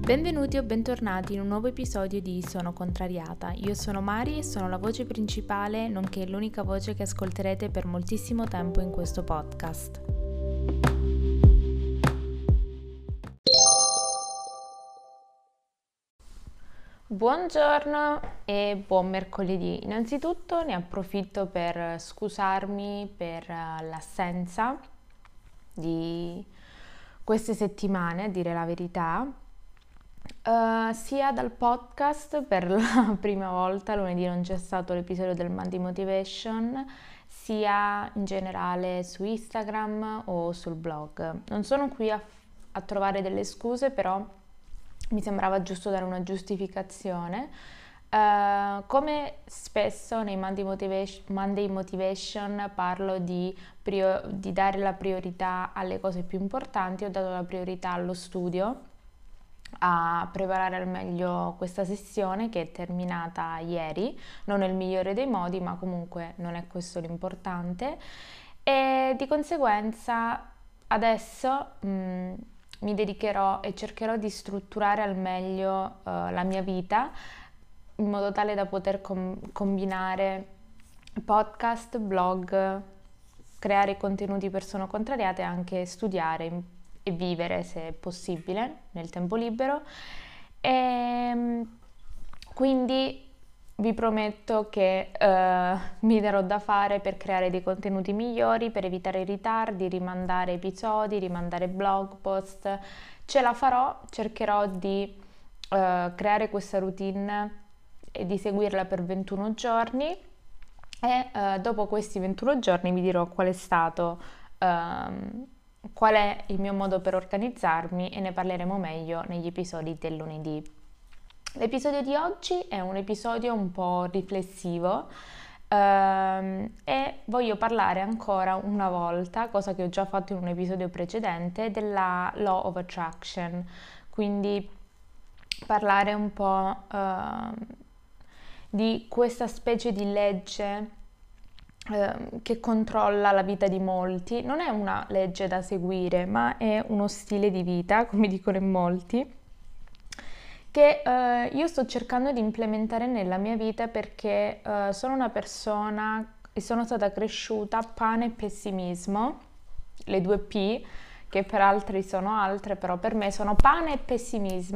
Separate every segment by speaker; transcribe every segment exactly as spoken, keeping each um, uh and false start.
Speaker 1: Benvenuti o bentornati in un nuovo episodio di Sono Contrariata. Io sono Mari e sono la voce principale, nonché l'unica voce che ascolterete per moltissimo tempo in questo podcast. Buongiorno e buon mercoledì. Innanzitutto ne approfitto per scusarmi per l'assenza di queste settimane, a dire la verità. Uh, sia dal podcast, per la prima volta lunedì non c'è stato l'episodio del Monday Motivation, sia in generale su Instagram o sul blog. Non sono qui a, a trovare delle scuse, però mi sembrava giusto dare una giustificazione. Uh, come spesso nei Monday Motivation, Monday Motivation parlo di, prior- di dare la priorità alle cose più importanti, ho dato la priorità allo studio, a preparare al meglio questa sessione che è terminata ieri, non nel migliore dei modi, ma comunque non è questo l'importante, e di conseguenza adesso mh, mi dedicherò e cercherò di strutturare al meglio uh, la mia vita in modo tale da poter com- combinare podcast, blog, creare contenuti per Sono Contrariata e anche studiare e vivere, se è possibile, nel tempo libero. E quindi vi prometto che uh, mi darò da fare per creare dei contenuti migliori, per evitare i ritardi, rimandare episodi, rimandare blog post. Ce la farò, cercherò di uh, creare questa routine e di seguirla per ventuno giorni e uh, dopo questi ventuno giorni vi dirò qual è stato uh, qual è il mio modo per organizzarmi e ne parleremo meglio negli episodi del lunedì. L'episodio di oggi è un episodio un po' riflessivo ehm, e voglio parlare ancora una volta, cosa che ho già fatto in un episodio precedente, della Law of Attraction, quindi parlare un po' ehm, di questa specie di legge che controlla la vita di molti. Non è una legge da seguire, ma è uno stile di vita, come dicono in molti, che eh, io sto cercando di implementare nella mia vita perché eh, sono una persona e sono stata cresciuta pane e pessimismo, le due P, che per altri sono altre, però per me sono pane e pessimismo.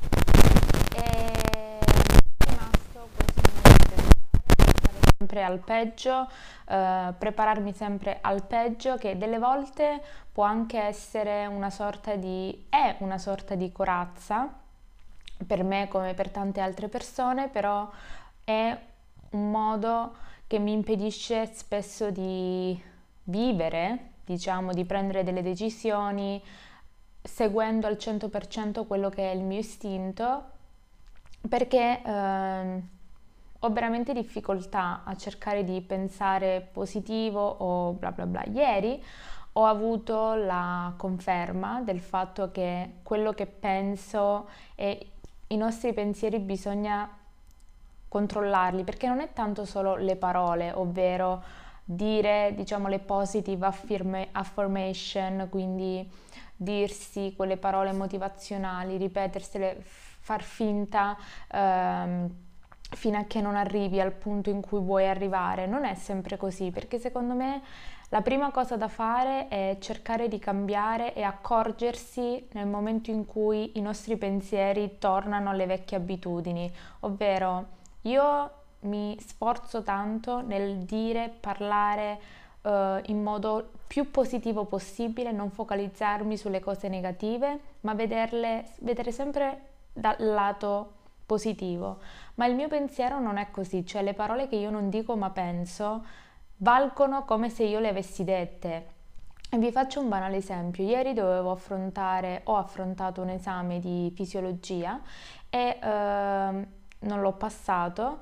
Speaker 1: Sempre al peggio, eh, prepararmi sempre al peggio, che delle volte può anche essere una sorta di, è una sorta di corazza, per me come per tante altre persone, però è un modo che mi impedisce spesso di vivere, diciamo, di prendere delle decisioni seguendo al cento per cento quello che è il mio istinto, perché eh, ho veramente difficoltà a cercare di pensare positivo o bla bla bla. Ieri ho avuto la conferma del fatto che quello che penso e i nostri pensieri bisogna controllarli, perché non è tanto solo le parole, ovvero dire, diciamo, le positive affirma- affirmation, quindi dirsi quelle parole motivazionali, ripetersele, far finta ehm, fino a che non arrivi al punto in cui vuoi arrivare. Non è sempre così, perché secondo me la prima cosa da fare è cercare di cambiare e accorgersi nel momento in cui i nostri pensieri tornano alle vecchie abitudini, ovvero io mi sforzo tanto nel dire, parlare uh, in modo più positivo possibile, non focalizzarmi sulle cose negative, ma vederle, vedere sempre dal lato positivo. Ma il mio pensiero non è così, cioè le parole che io non dico ma penso valgono come se io le avessi dette. E vi faccio un banale esempio. Ieri dovevo affrontare, ho affrontato un esame di fisiologia e eh, non l'ho passato.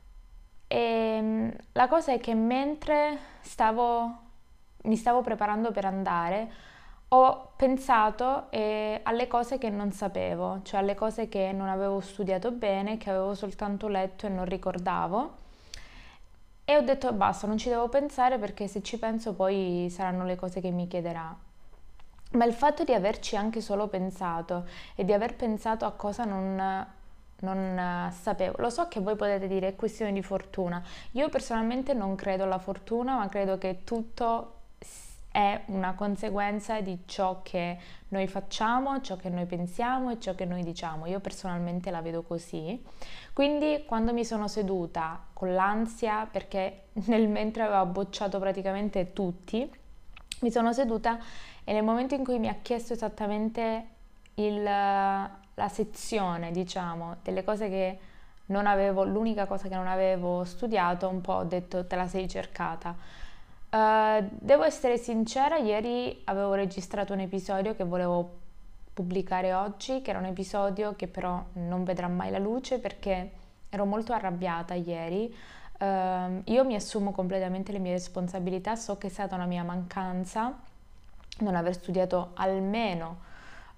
Speaker 1: E la cosa è che mentre stavo, mi stavo preparando per andare, ho pensato eh, alle cose che non sapevo, cioè alle cose che non avevo studiato bene, che avevo soltanto letto e non ricordavo. E ho detto basta, non ci devo pensare perché se ci penso poi saranno le cose che mi chiederà. ma il fatto di averci anche solo pensato e di aver pensato a cosa non, non eh, sapevo. Lo so che voi potete dire è questione di fortuna. Io personalmente non credo alla fortuna, ma credo che tutto s- è una conseguenza di ciò che noi facciamo, ciò che noi pensiamo e ciò che noi diciamo. Io personalmente la vedo così. Quindi quando mi sono seduta con l'ansia, perché nel mentre avevo bocciato praticamente tutti, mi sono seduta e nel momento in cui mi ha chiesto esattamente il, la sezione, diciamo, delle cose che non avevo, l'unica cosa che non avevo studiato, un po' ho detto te la sei cercata. Uh, devo essere sincera, ieri avevo registrato un episodio che volevo pubblicare oggi, che era un episodio che però non vedrà mai la luce perché ero molto arrabbiata ieri. Uh, io mi assumo completamente le mie responsabilità, so che è stata una mia mancanza non aver studiato almeno, uh,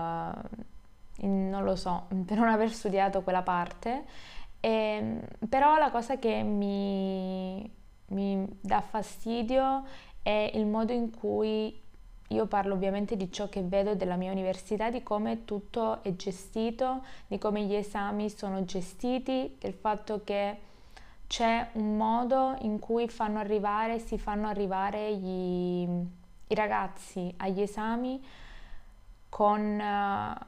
Speaker 1: in, non lo so, per non aver studiato quella parte, e, però la cosa che mi, mi dà fastidio è il modo in cui io parlo ovviamente di ciò che vedo della mia università, di come tutto è gestito, di come gli esami sono gestiti, del fatto che c'è un modo in cui fanno arrivare, si fanno arrivare gli, i ragazzi agli esami con uh,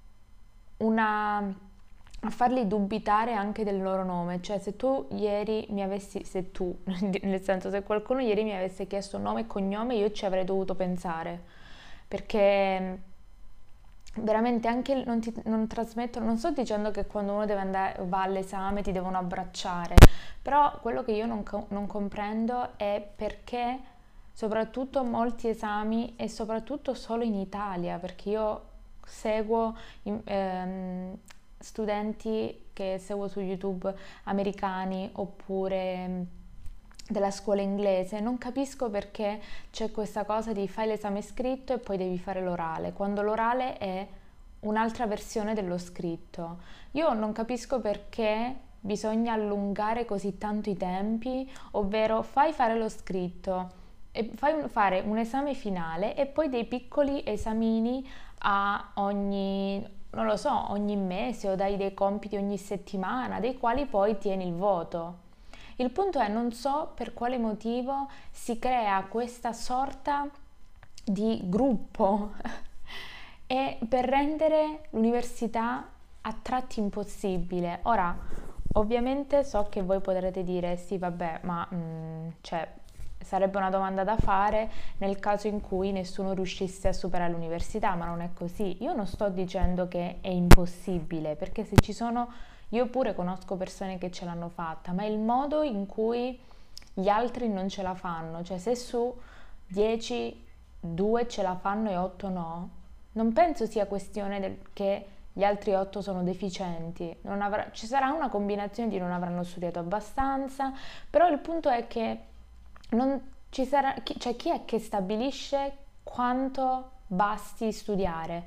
Speaker 1: una a farli dubitare anche del loro nome, cioè se tu ieri mi avessi, se tu, nel senso se qualcuno ieri mi avesse chiesto nome e cognome io ci avrei dovuto pensare, perché veramente anche non, ti, non trasmettono, non sto dicendo che quando uno deve andare, va all'esame ti devono abbracciare, però quello che io non, non comprendo è perché soprattutto molti esami e soprattutto solo in Italia, perché io seguo ehm, studenti che seguo su YouTube americani oppure della scuola inglese, non capisco perché c'è questa cosa di fai l'esame scritto e poi devi fare l'orale, quando l'orale è un'altra versione dello scritto. Io non capisco perché bisogna allungare così tanto i tempi, ovvero fai fare lo scritto e fai fare un esame finale e poi dei piccoli esamini a ogni, non lo so, ogni mese o dai dei compiti ogni settimana, dei quali poi tieni il voto. Il punto è, non so per quale motivo si crea questa sorta di gruppo e per rendere l'università a tratti impossibile. Ora, ovviamente so che voi potrete dire sì, vabbè, ma mm, cioè, sarebbe una domanda da fare nel caso in cui nessuno riuscisse a superare l'università, ma non è così. Io non sto dicendo che è impossibile, perché se ci sono, io pure conosco persone che ce l'hanno fatta, ma è il modo in cui gli altri non ce la fanno, cioè se su dieci due ce la fanno e otto no, non penso sia questione del, che gli altri otto sono deficienti, non avrà, ci sarà una combinazione di non avranno studiato abbastanza, però il punto è che non ci sarà, chi, cioè chi è che stabilisce quanto basti studiare?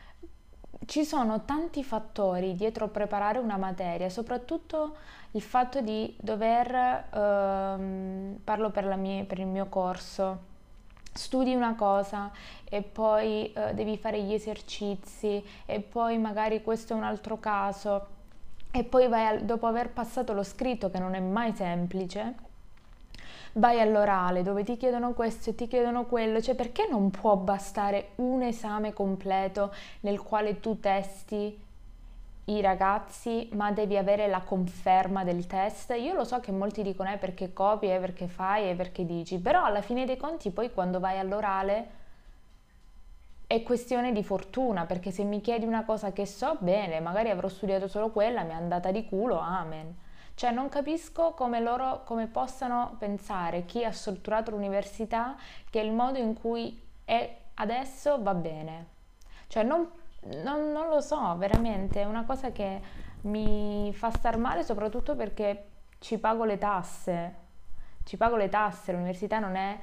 Speaker 1: Ci sono tanti fattori dietro preparare una materia, soprattutto il fatto di dover, ehm, parlo per, la mia, per il mio corso, studi una cosa e poi eh, devi fare gli esercizi e poi magari questo è un altro caso e poi vai al, dopo aver passato lo scritto che non è mai semplice, vai all'orale dove ti chiedono questo e ti chiedono quello, cioè perché non può bastare un esame completo nel quale tu testi i ragazzi, ma devi avere la conferma del test? Io lo so che molti dicono è perché copi, è perché fai, è perché dici, però alla fine dei conti poi quando vai all'orale è questione di fortuna, perché se mi chiedi una cosa che so bene, magari avrò studiato solo quella, mi è andata di culo, amen. Cioè non capisco come loro, come possano pensare chi ha strutturato l'università che il modo in cui è adesso va bene. Cioè non, non, non lo so, veramente, è una cosa che mi fa star male soprattutto perché ci pago le tasse. Ci pago le tasse, l'università non è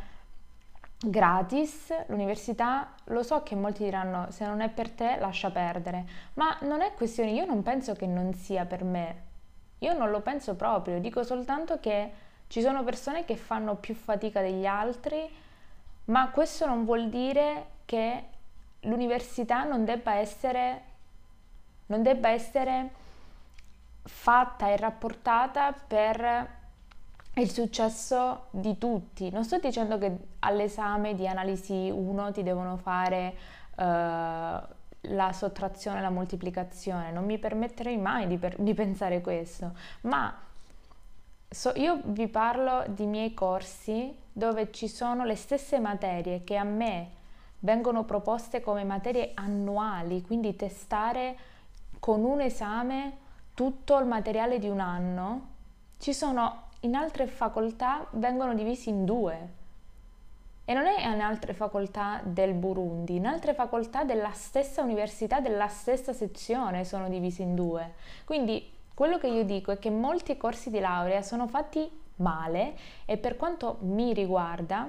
Speaker 1: gratis, l'università, lo so che molti diranno se non è per te lascia perdere, ma non è questione, io non penso che non sia per me, io non lo penso proprio, dico soltanto che ci sono persone che fanno più fatica degli altri, ma questo non vuol dire che l'università non debba essere, non debba essere fatta e rapportata per il successo di tutti. Non sto dicendo che all'esame di analisi uno ti devono fare eh, la sottrazione e la moltiplicazione, non mi permetterei mai di, per- di pensare questo, ma so- io vi parlo di miei corsi dove ci sono le stesse materie che a me vengono proposte come materie annuali, quindi testare con un esame tutto il materiale di un anno. Ci sono in altre facoltà vengono divisi in due. E non è in altre facoltà del Burundi, in altre facoltà della stessa università, della stessa sezione sono divisi in due. Quindi quello che io dico è che molti corsi di laurea sono fatti male e per quanto mi riguarda,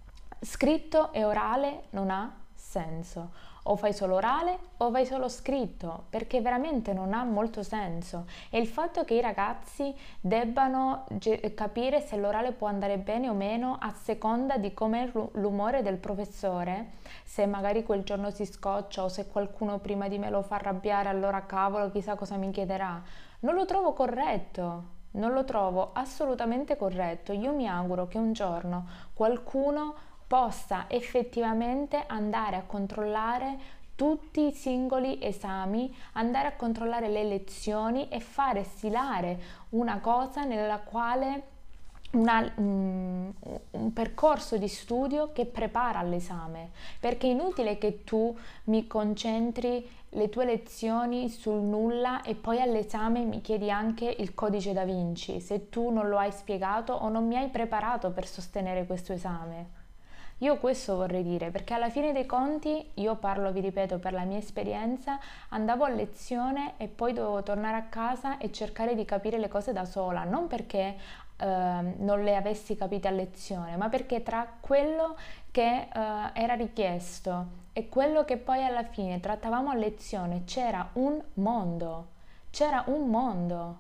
Speaker 1: scritto e orale non ha senso. O fai solo orale o fai solo scritto, perché veramente non ha molto senso. E il fatto che i ragazzi debbano ge- capire se l'orale può andare bene o meno a seconda di com'è l'umore del professore, se magari quel giorno si scoccia o se qualcuno prima di me lo fa arrabbiare, allora cavolo, chissà cosa mi chiederà. Non lo trovo corretto. Non lo trovo assolutamente corretto. Io mi auguro che un giorno qualcuno possa effettivamente andare a controllare tutti i singoli esami, andare a controllare le lezioni e fare stilare una cosa nella quale una, um, un percorso di studio che prepara all'esame, perché è inutile che tu mi concentri le tue lezioni sul nulla e poi all'esame mi chiedi anche il codice da Vinci se tu non lo hai spiegato o non mi hai preparato per sostenere questo esame. Io questo vorrei dire, perché alla fine dei conti, io parlo, vi ripeto, per la mia esperienza, andavo a lezione e poi dovevo tornare a casa e cercare di capire le cose da sola, non perché eh, non le avessi capite a lezione, ma perché tra quello che eh, era richiesto e quello che poi alla fine trattavamo a lezione c'era un mondo, c'era un mondo.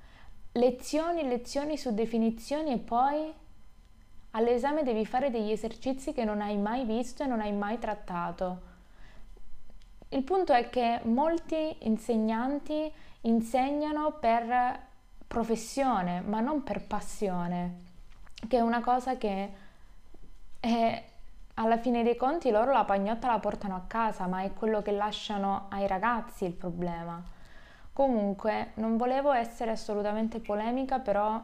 Speaker 1: Lezioni, lezioni su definizioni e poi all'esame devi fare degli esercizi che non hai mai visto e non hai mai trattato. Il punto è che molti insegnanti insegnano per professione, ma non per passione, che è una cosa che è, alla fine dei conti loro la pagnotta la portano a casa, ma è quello che lasciano ai ragazzi il problema. Comunque, non volevo essere assolutamente polemica, però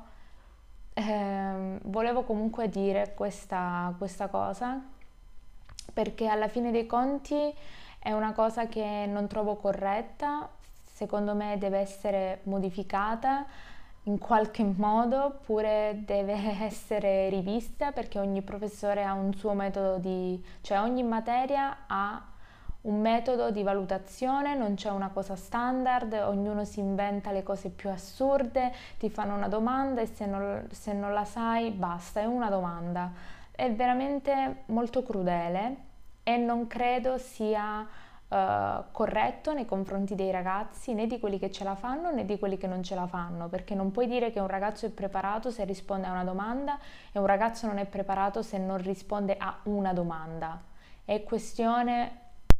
Speaker 1: eh, volevo comunque dire questa, questa cosa perché alla fine dei conti è una cosa che non trovo corretta, secondo me deve essere modificata in qualche modo oppure deve essere rivista perché ogni professore ha un suo metodo di, cioè ogni materia ha un metodo di valutazione, non c'è una cosa standard, ognuno si inventa le cose più assurde, ti fanno una domanda e se non, se non la sai basta, è una domanda. È veramente molto crudele e non credo sia eh, corretto nei confronti dei ragazzi, né di quelli che ce la fanno né di quelli che non ce la fanno, perché non puoi dire che un ragazzo è preparato se risponde a una domanda e un ragazzo non è preparato se non risponde a una domanda. È questione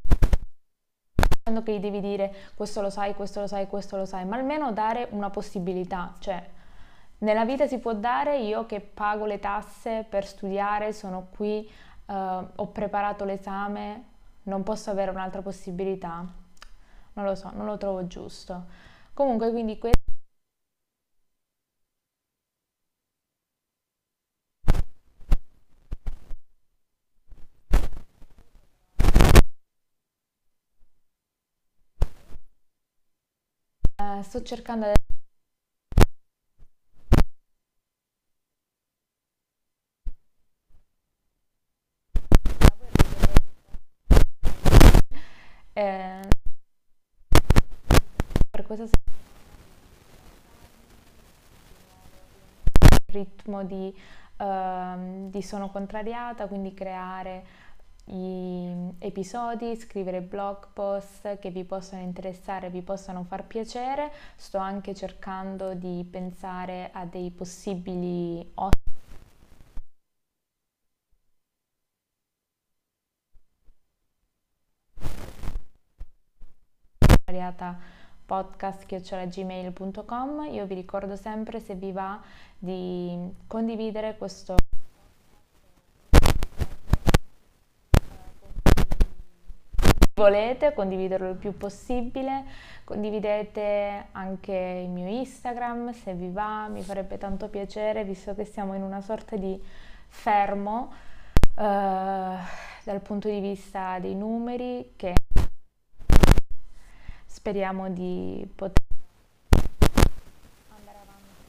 Speaker 1: che gli devi dire questo lo sai, questo lo sai, questo lo sai, ma almeno dare una possibilità, cioè nella vita si può dare, io che pago le tasse per studiare, sono qui, eh, ho preparato l'esame, non posso avere un'altra possibilità? Non lo so, non lo trovo giusto. Comunque, quindi questo eh, sto cercando adesso. Eh, per questo ritmo di, ehm, di sono contrariata, quindi creare gli episodi, scrivere blog post che vi possano interessare, vi possano far piacere. Sto anche cercando di pensare a dei possibili ospiti contrariata podcast chiocciola gmail punto com. Io vi ricordo sempre, se vi va, di condividere questo volete, condividerlo il più possibile, condividete anche il mio Instagram se vi va, mi farebbe tanto piacere, visto che siamo in una sorta di fermo eh, dal punto di vista dei numeri, che speriamo di poter andare avanti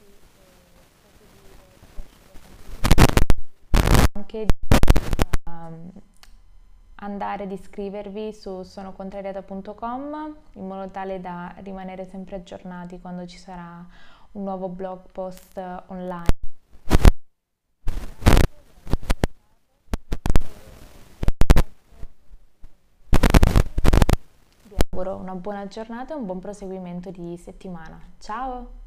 Speaker 1: e anche di um, andare ad iscrivervi su sono contrariata punto com in modo tale da rimanere sempre aggiornati quando ci sarà un nuovo blog post online. Vi auguro una buona giornata e un buon proseguimento di settimana. Ciao!